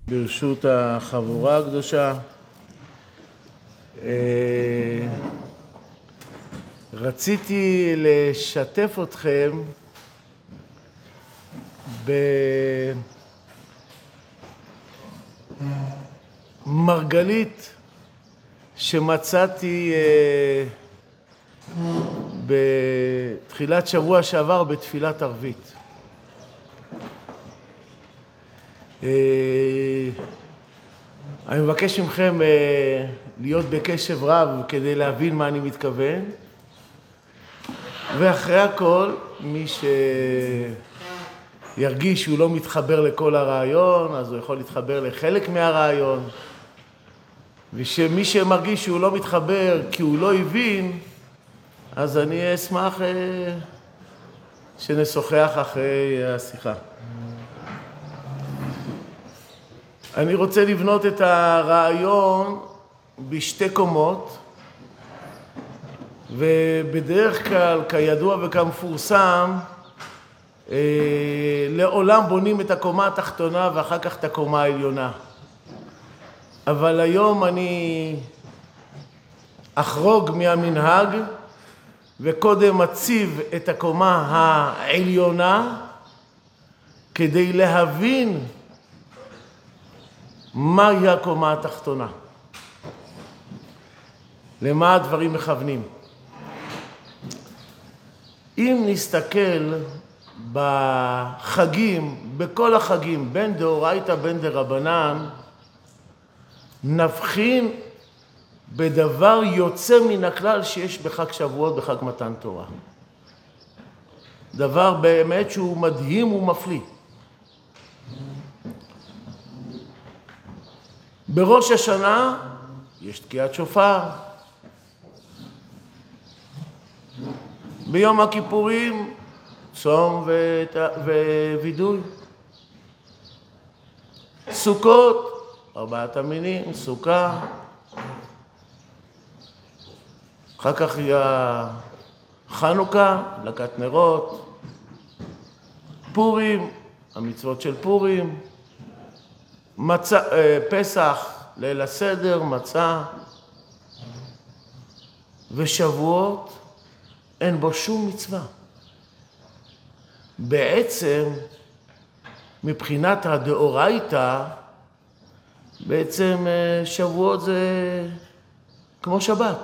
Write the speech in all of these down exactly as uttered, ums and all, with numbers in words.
ברשות החבורה הקדושה, רציתי לשתף אתכם במרגלית שמצאתי בתחילת שבוע שעבר בתפילת ערבית. אני מבקש מכם להיות בקשב רב כדי להבין מה אני מתכוון, ואחרי הכל מי שירגיש שהוא לא מתחבר לכל הרעיון אז הוא יכול להתחבר לחלק מהרעיון, ושמי שמרגיש שהוא לא מתחבר כי הוא לא הבין, אז אני אשמח שנשוחח אחרי השיחה. אני רוצה לבנות את הרעיון בשתי קומות, ובדרך כלל, כידוע וכמפורסם, לעולם בונים את הקומה התחתונה ואחר כך את הקומה העליונה. אבל היום אני אחרוג מהמנהג, וקודם אציב את הקומה העליונה, כדי להבין מהי הקומה התחתונה. למה הדברים מכוונים? אם נסתכל בחגים, בכל החגים, בין דאורייתא בין דרבנן, נבחין בדבר יוצא מן הכלל שיש בחג שבועות, בחג מתן תורה. דבר באמת שהוא מדהים ומפליא. בראש השנה יש תקיעת שופר. ביום הכיפורים צום ווידוי. סוכות, ארבעת המינים, סוכה. אחר כך יהיה חנוכה, הדלקת נרות. פורים, המצוות של פורים. מצה, פסח, ליל הסדר, מצה. ושבועות אין בו שום מצווה. בעצם מבחינת הדאורייתא, בעצם שבועות זה כמו שבת.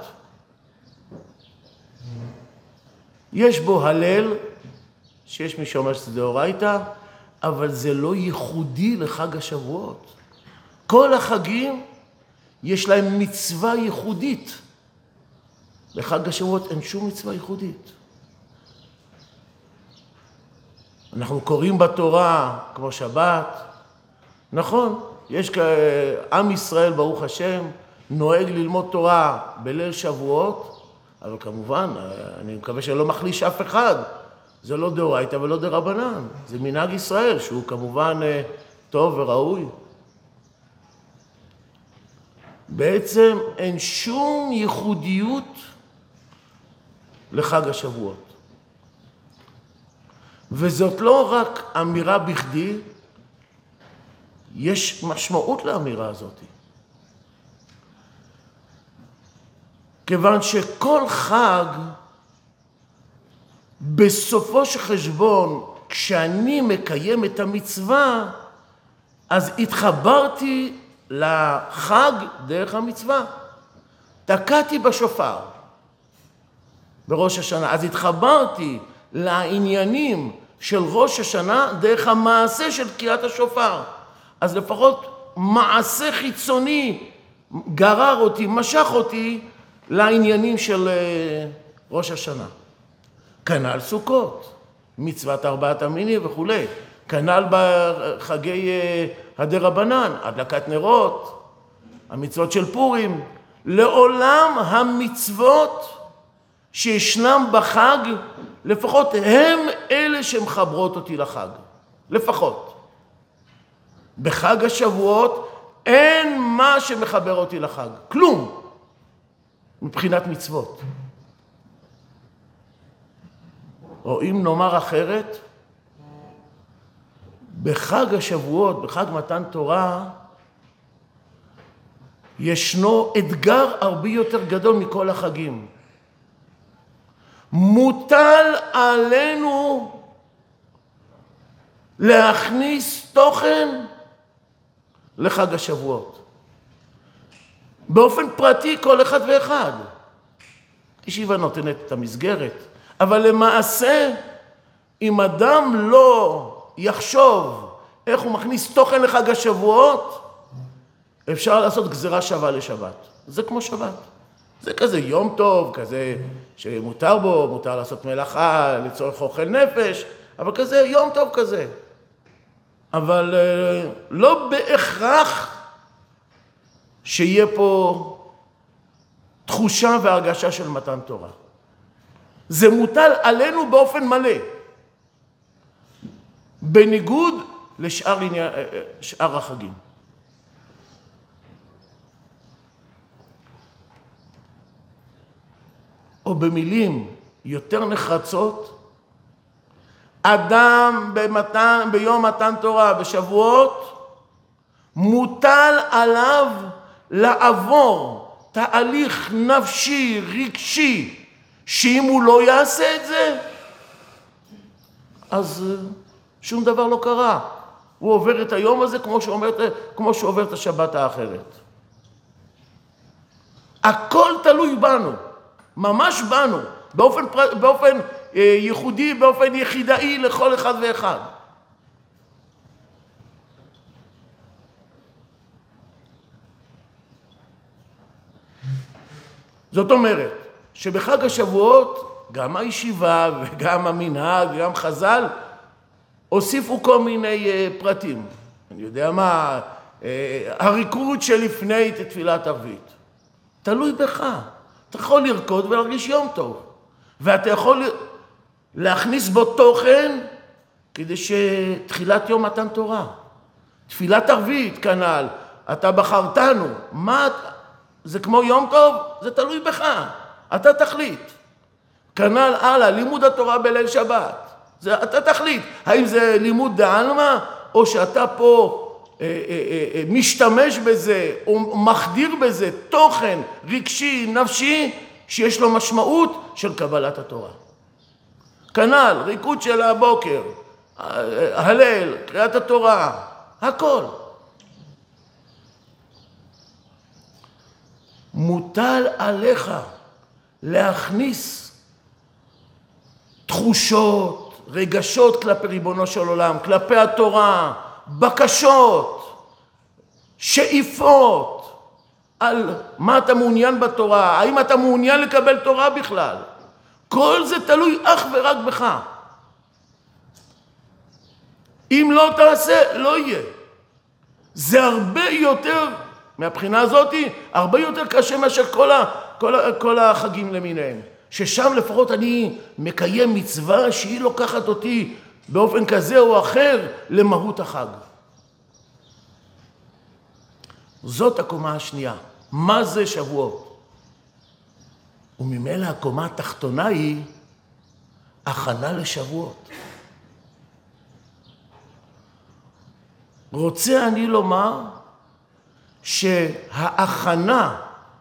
יש בו הלל, שיש מי שאומר שזה דאורייתא, אבל זה לא ייחודי לחג השבועות. כל החגים יש להם מצווה ייחודית. לחג השבועות אין שום מצווה ייחודית. אנחנו קוראים בתורה כמו שבת. נכון, יש עם ישראל ברוך השם נוהג ללמוד תורה בליל שבועות, אבל כמובן אני מקווה שלא מחליש אף אחד. זה לא דאורייתא ולא דרבנן, זה מנהג ישראל שהוא כמובן טוב וראוי. בעצם אין שום ייחודיות לחג השבועות. וזאת לא רק אמירה בכדי, יש משמעות לאמירה הזאת. כיוון שכל חג, בסופו של חשבון, כשאני מקיים את המצווה, אז התחברתי לחג דרך המצווה. תקעתי בשופר בראש השנה, אז התחברתי לעניינים של ראש השנה דרך המעשה של תקיעת השופר. אז לפחות מעשה חיצוני גרר אותי, משך אותי לעניינים של ראש השנה. כנ"ל סוכות, מצוות ארבעת המינים וכו'. כנ"ל בחגי הדרבנן, הדלקת נרות, המצוות של פורים. לעולם המצוות שישנם בחג, לפחות הם אלה שמחברות אותי לחג. לפחות. בחג השבועות אין מה שמחבר אותי לחג. כלום. מבחינת מצוות. או אם נאמר אחרת, בחג השבועות, בחג מתן תורה, ישנו אתגר הרבה יותר גדול מכל החגים. מוטל עלינו להכניס תוכן לחג השבועות. באופן פרטי כל אחד ואחד. ישיבה נותנת את המסגרת, אבל למעשה אם אדם לא יחשוב איך הוא מכניס תוכן לחג השבועות, אפשר לעשות גזירה שווה לשבת. זה כמו שבת. זה כזה יום טוב, כזה שמותר בו, מותר לעשות מלאכה לצורך אוכל נפש, אבל כזה יום טוב כזה. אבל לא בהכרח שיהיה פה תחושה והרגשה של מתן תורה. זה מוטל עלינו באופן מלא, בניגוד לשאר עניין, שאר החגים. או במילים יותר נחרצות, אדם במתן, ביום מתן תורה, בשבועות, מוטל עליו לעבור תהליך נפשי, רגשי, שאם הוא לא יעשה את זה, אז שום דבר לא קרה. הוא עובר את היום הזה כמו שעובר, כמו שעובר את השבת האחרת. הכל תלוי בנו, ממש בנו, באופן, באופן ייחודי, באופן יחידאי לכל אחד ואחד. זאת אומרת שבחג השבועות גם הישיבה וגם המנהג וגם חז"ל הוסיפו כל מיני פרטים. אני יודע מה, הריקוד שלפני תפילת ערבית. תלוי בך. אתה יכול לרקוד ולהרגיש יום טוב. ואתה יכול להכניס בו תוכן כדי שתחילת יום מתן תורה. תפילת ערבית כנ"ל, אתה בחרתנו. מה, זה כמו יום טוב? זה תלוי בך. אתה תחליט. כנ"ל הלאה, לימוד התורה בליל שבת. זה, אתה תחליט. האם זה לימוד דעלמא, או שאתה פה אה, אה, אה, משתמש בזה, או מחדיר בזה תוכן רגשי, נפשי, שיש לו משמעות של קבלת התורה. כנ"ל, ריקוד של הבוקר, הלל, קריאת התורה, הכל. מוטל עליך להכניס תחושות, רגשות כלפי ריבונו של עולם, כלפי התורה, בקשות, שאיפות, על מה אתה מעוניין בתורה, האם אתה מעוניין לקבל תורה בכלל. כל זה תלוי אך ורק בך. אם לא תעשה, לא יהיה. זה הרבה יותר, מהבחינה הזאת, הרבה יותר קשה מאשר כל, ה, כל, ה, כל החגים למיניהם. ששם לפחות אני מקיים מצווה שהיא לוקחת אותי באופן כזה או אחר למהות החג. זאת הקומה השנייה. מה זה שבועות? וממילא הקומה התחתונה היא הכנה לשבועות. רוצה אני לומר שההכנה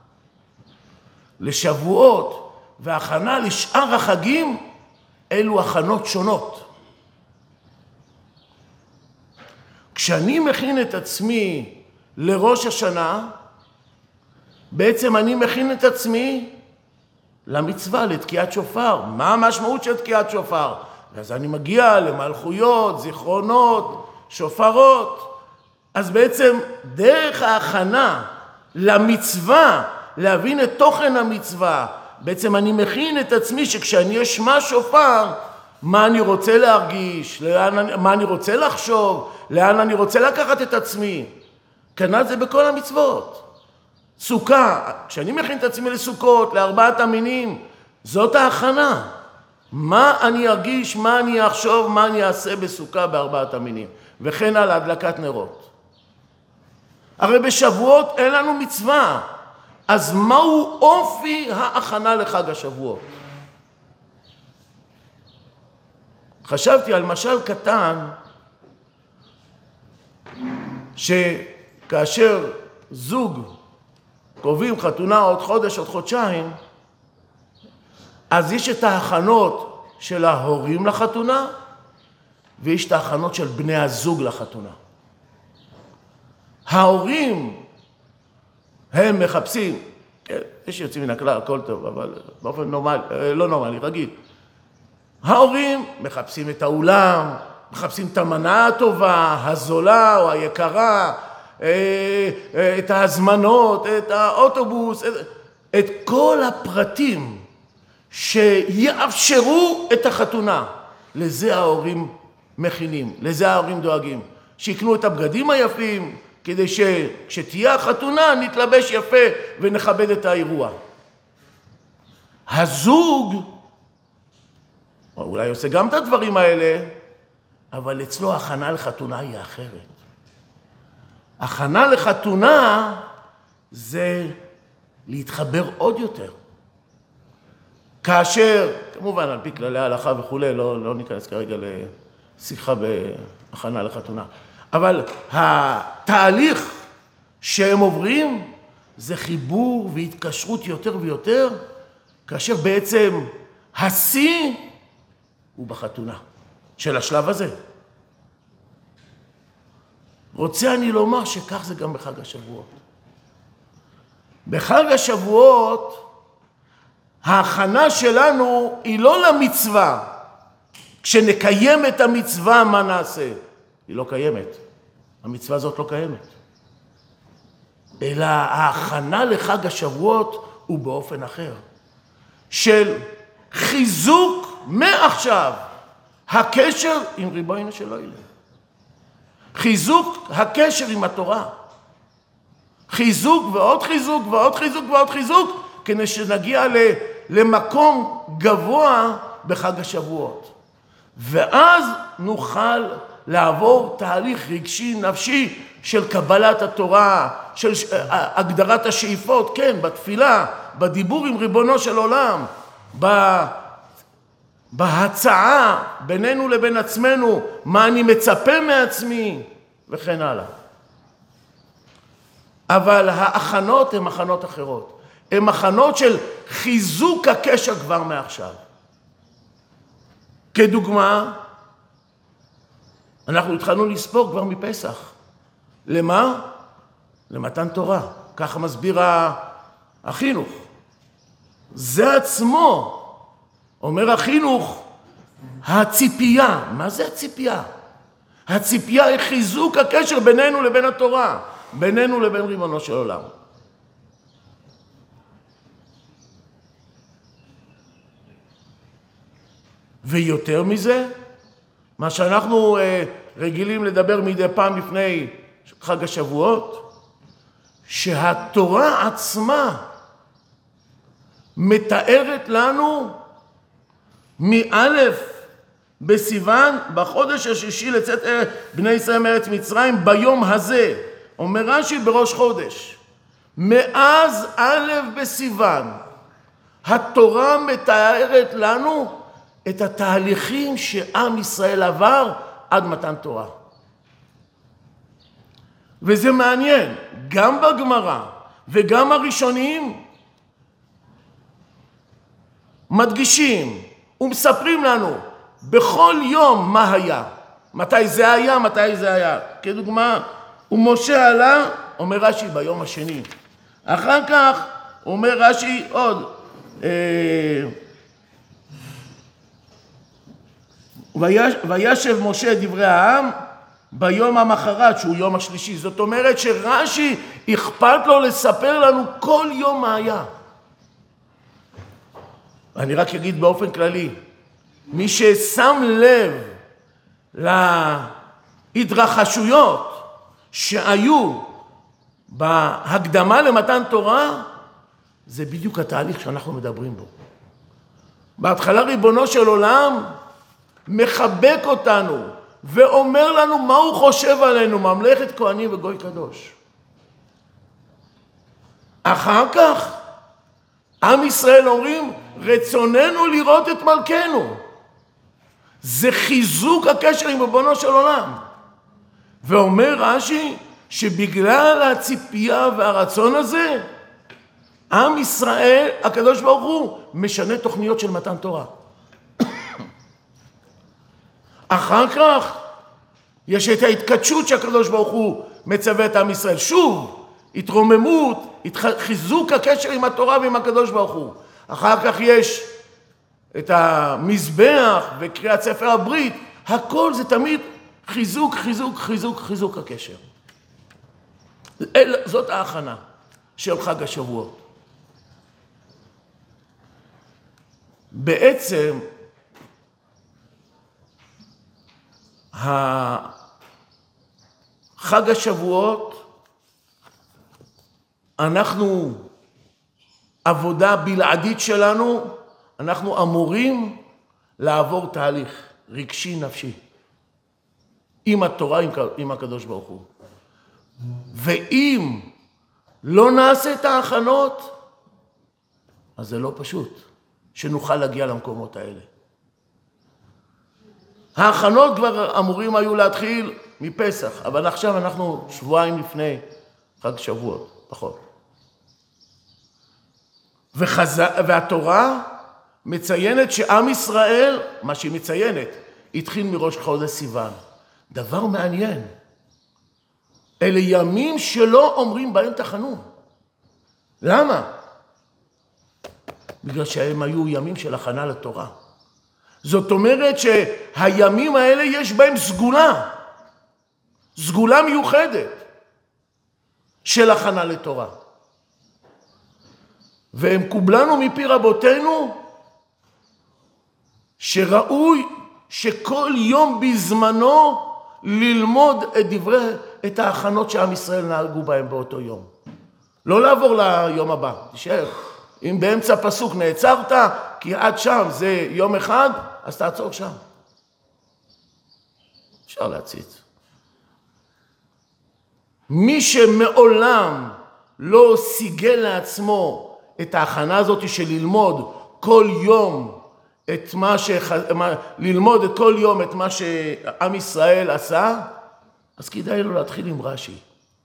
לשבועות וההכנה לשאר החגים אלו הכנות שונות. כשאני מכין את עצמי לראש השנה, בעצם אני מכין את עצמי למצווה, לתקיעת שופר. מה המשמעות של תקיעת שופר? אז אני מגיע למלכויות, זיכרונות, שופרות. אז בעצם דרך ההכנה למצווה, להבין את תוכן המצווה, בעצם אני מכין את עצמי שכשאני אשמע שופר, מה אני רוצה להרגיש, לאן, מה אני רוצה לחשוב, לאן אני רוצה לקחת את עצמי. כנ"ל זה בכל המצוות. סוכה, כשאני מכין את עצמי לסוכות, לארבעת המינים, זאת ההכנה. מה אני ארגיש, מה אני אחשוב, מה אני אעשה בסוכה בארבעת המינים. וכן על הדלקת נרות. הרי בשבועות אין לנו מצווה. אז מהו אופי ההכנה לחג השבועות? חשבתי על משל קטן, שכאשר זוג קובעים חתונה עוד חודש, עוד חודשיים, אז יש את ההכנות של ההורים לחתונה, ויש את ההכנות של בני הזוג לחתונה. ההורים, הם מחפשים, יש יוצאים מן הכלל, הכל טוב, אבל באופן נורמלי, לא נורמלי, רגיל. ההורים מחפשים את האולם, מחפשים את המנה הטובה, הזולה או היקרה, את ההזמנות, את האוטובוס, את כל הפרטים שיאפשרו את החתונה. לזה ההורים מכינים, לזה ההורים דואגים. שיקנו את הבגדים היפים, כדי שכשתהיה החתונה נתלבש יפה ונכבד את האירוע. הזוג, אולי עושה גם את הדברים האלה, אבל אצלו הכנה לחתונה היא אחרת. הכנה לחתונה זה להתחבר עוד יותר. כאשר, כמובן על פי כללי ההלכה וכו', לא, לא ניכנס כרגע לשיחה בהכנה לחתונה, אבל התהליך שהם עוברים זה חיבור והתקשרות יותר ויותר, כאשר בעצם השיא הוא בחתונה של השלב הזה. רוצה אני לומר שכך זה גם בחג השבועות. בחג השבועות ההכנה שלנו היא לא למצווה. כשנקיים את המצווה מה נעשה? היא לא קיימת. המצווה הזאת לא קיימת. אלא ההכנה לחג השבועות הוא באופן אחר. של חיזוק מעכשיו הקשר עם ריבונו של עולם. חיזוק הקשר עם התורה. חיזוק ועוד חיזוק ועוד חיזוק ועוד חיזוק, כדי שנגיע למקום גבוה בחג השבועות. ואז נוכל לעבור תהליך רגשי נפשי של קבלת התורה, של הגדרת השאיפות, כן, בתפילה, בדיבור עם ריבונו של עולם, בהצעה בינינו לבין עצמנו, מה אני מצפה מעצמי, וכן הלאה. אבל ההכנות הן הכנות אחרות. הן הכנות של חיזוק הקשר כבר מעכשיו. כדוגמה, אנחנו התחלנו לספור כבר מפסח. למה? למתן תורה. ככה מסביר החינוך. זה עצמו, אומר החינוך, הציפייה. מה זה הציפייה? הציפייה היא חיזוק הקשר בינינו לבין התורה, בינינו לבין ריבונו של עולם. ויותר מזה, מה שאנחנו רגילים לדבר מדי פעם לפני חג השבועות, שהתורה עצמה מתארת לנו מאלף בסיוון, בחודש השישי לצאת בני ישראל מארץ מצרים, ביום הזה, אומר רש"י בראש חודש, מאז אלף בסיוון, התורה מתארת לנו את התהליכים שעם ישראל עבר עד מתן תורה. וזה מעניין, גם בגמרא וגם הראשונים מדגישים ומספרים לנו בכל יום מה היה, מתי זה היה, מתי זה היה. כדוגמה, ומשה עלה, אומר רש"י ביום השני. אחר כך אומר רש"י עוד, אה, וישב משה דברי העם ביום המחרת, שהוא יום השלישי. זאת אומרת שרש"י אכפת לו לספר לנו כל יום מה היה. אני רק אגיד באופן כללי, מי ששם לב להתרחשויות שהיו בהקדמה למתן תורה, זה בדיוק התהליך שאנחנו מדברים בו. בהתחלה ריבונו של עולם מחבק אותנו ואומר לנו מה הוא חושב עלינו, ממלכת כהנים וגוי קדוש. אחר כך עם ישראל אומרים, רצוננו לראות את מלכנו. זה חיזוק הקשר עם ריבונו של עולם. ואומר רש"י שבגלל הציפייה והרצון הזה, עם ישראל, הקדוש ברוך הוא, משנה תוכניות של מתן תורה. אחר כך, יש את ההתקדשות שהקדוש ברוך הוא מצווה את עם ישראל. שוב, התרוממות, חיזוק הקשר עם התורה ועם הקדוש ברוך הוא. אחר כך יש את המזבח וקריאת ספר הברית. הכל זה תמיד חיזוק, חיזוק, חיזוק, חיזוק הקשר. זאת ההכנה של חג השבועות. בעצם, חג השבועות, אנחנו, עבודה בלעדית שלנו, אנחנו אמורים לעבור תהליך רגשי נפשי עם התורה, עם הקדוש ברוך הוא. ואם לא נעשה את ההכנות, אז זה לא פשוט שנוכל להגיע למקומות האלה. ההכנות כבר אמורים היו להתחיל מפסח, אבל עכשיו אנחנו שבועיים לפני חג שבועות, פחות. וחז... והתורה מציינת שעם ישראל, מה שהיא מציינת, התחיל מראש חודש סיוון. דבר מעניין. אלה ימים שלא אומרים בהם תחנון. למה? בגלל שהם היו ימים של הכנה לתורה. זאת אומרת שהימים האלה יש בהם סגולה. סגולה מיוחדת של הכנה לתורה. והם קובלנו מפי רבותינו שראוי שכל יום בזמנו ללמוד את דברי, את ההכנות שעם ישראל נהגו בהם באותו יום. לא לעבור ליום הבא, תשאר. אם באמצע פסוק נעצרת, כי עד שם זה יום אחד, אז תעצור שם. אפשר להציץ. מי שמעולם לא סיגל לעצמו את ההכנה הזאת של ללמוד כל יום את מה ש... ללמוד את כל יום את מה שעם ישראל עשה, אז כדאי לו להתחיל עם רש"י.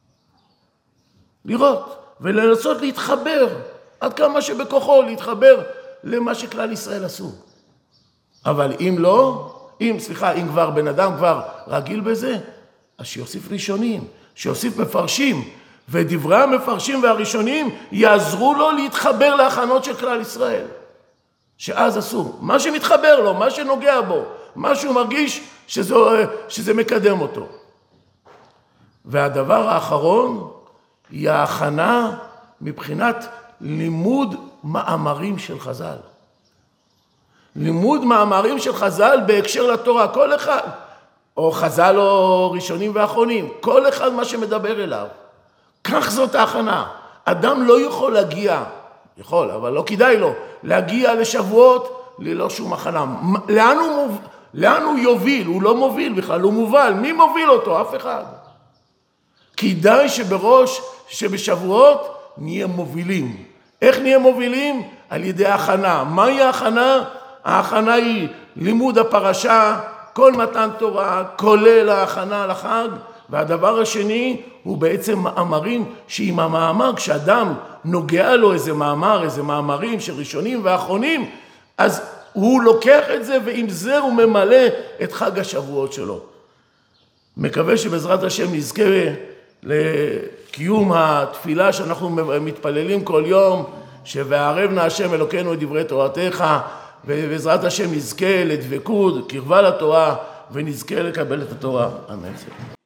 לראות ולנסות להתחבר, עד כמה שבכוחו להתחבר למה שכלל ישראל עשו. אבל אם לא, אם, סליחה, אם כבר בן אדם כבר רגיל בזה, אז שיוסיף ראשונים, שיוסיף מפרשים, ודברי המפרשים והראשונים יעזרו לו להתחבר להכנות של כלל ישראל. שאז עשו, מה שמתחבר לו, מה שנוגע בו, מה שהוא מרגיש שזה, שזה מקדם אותו. והדבר האחרון היא ההכנה מבחינת לימוד מאמרים של חז"ל. לימוד מאמרים של חז"ל בהקשר לתורה, כל אחד, או חז"ל או ראשונים ואחרונים, כל אחד מה שמדבר אליו. כך זאת ההכנה. אדם לא יכול להגיע, יכול, אבל לא כדאי לו, להגיע לשבועות ללא שום הכנה. לאן הוא, מוב... לאן הוא יוביל? הוא לא מוביל בכלל, הוא מובל. מי מוביל אותו? אף אחד. כדאי שבראש, שבשבועות נהיה מובילים. איך נהיה מובילים? על ידי הכנה. מהי ההכנה? ההכנה היא לימוד הפרשה, כל מתן תורה, כולל ההכנה לחג, והדבר השני הוא בעצם מאמרים שעם המאמר, כשאדם נוגע לו איזה מאמר, איזה מאמרים של ראשונים ואחרונים, אז הוא לוקח את זה ועם זה הוא ממלא את חג השבועות שלו. מקווה שבעזרת השם נזכה לקיום התפילה שאנחנו מתפללים כל יום, שבערב נא השם אלוקינו את דברי תורתך, ובעזרת השם נזכה לדבקות, קרבה לתורה, ונזכה לקבל את התורה. אמן.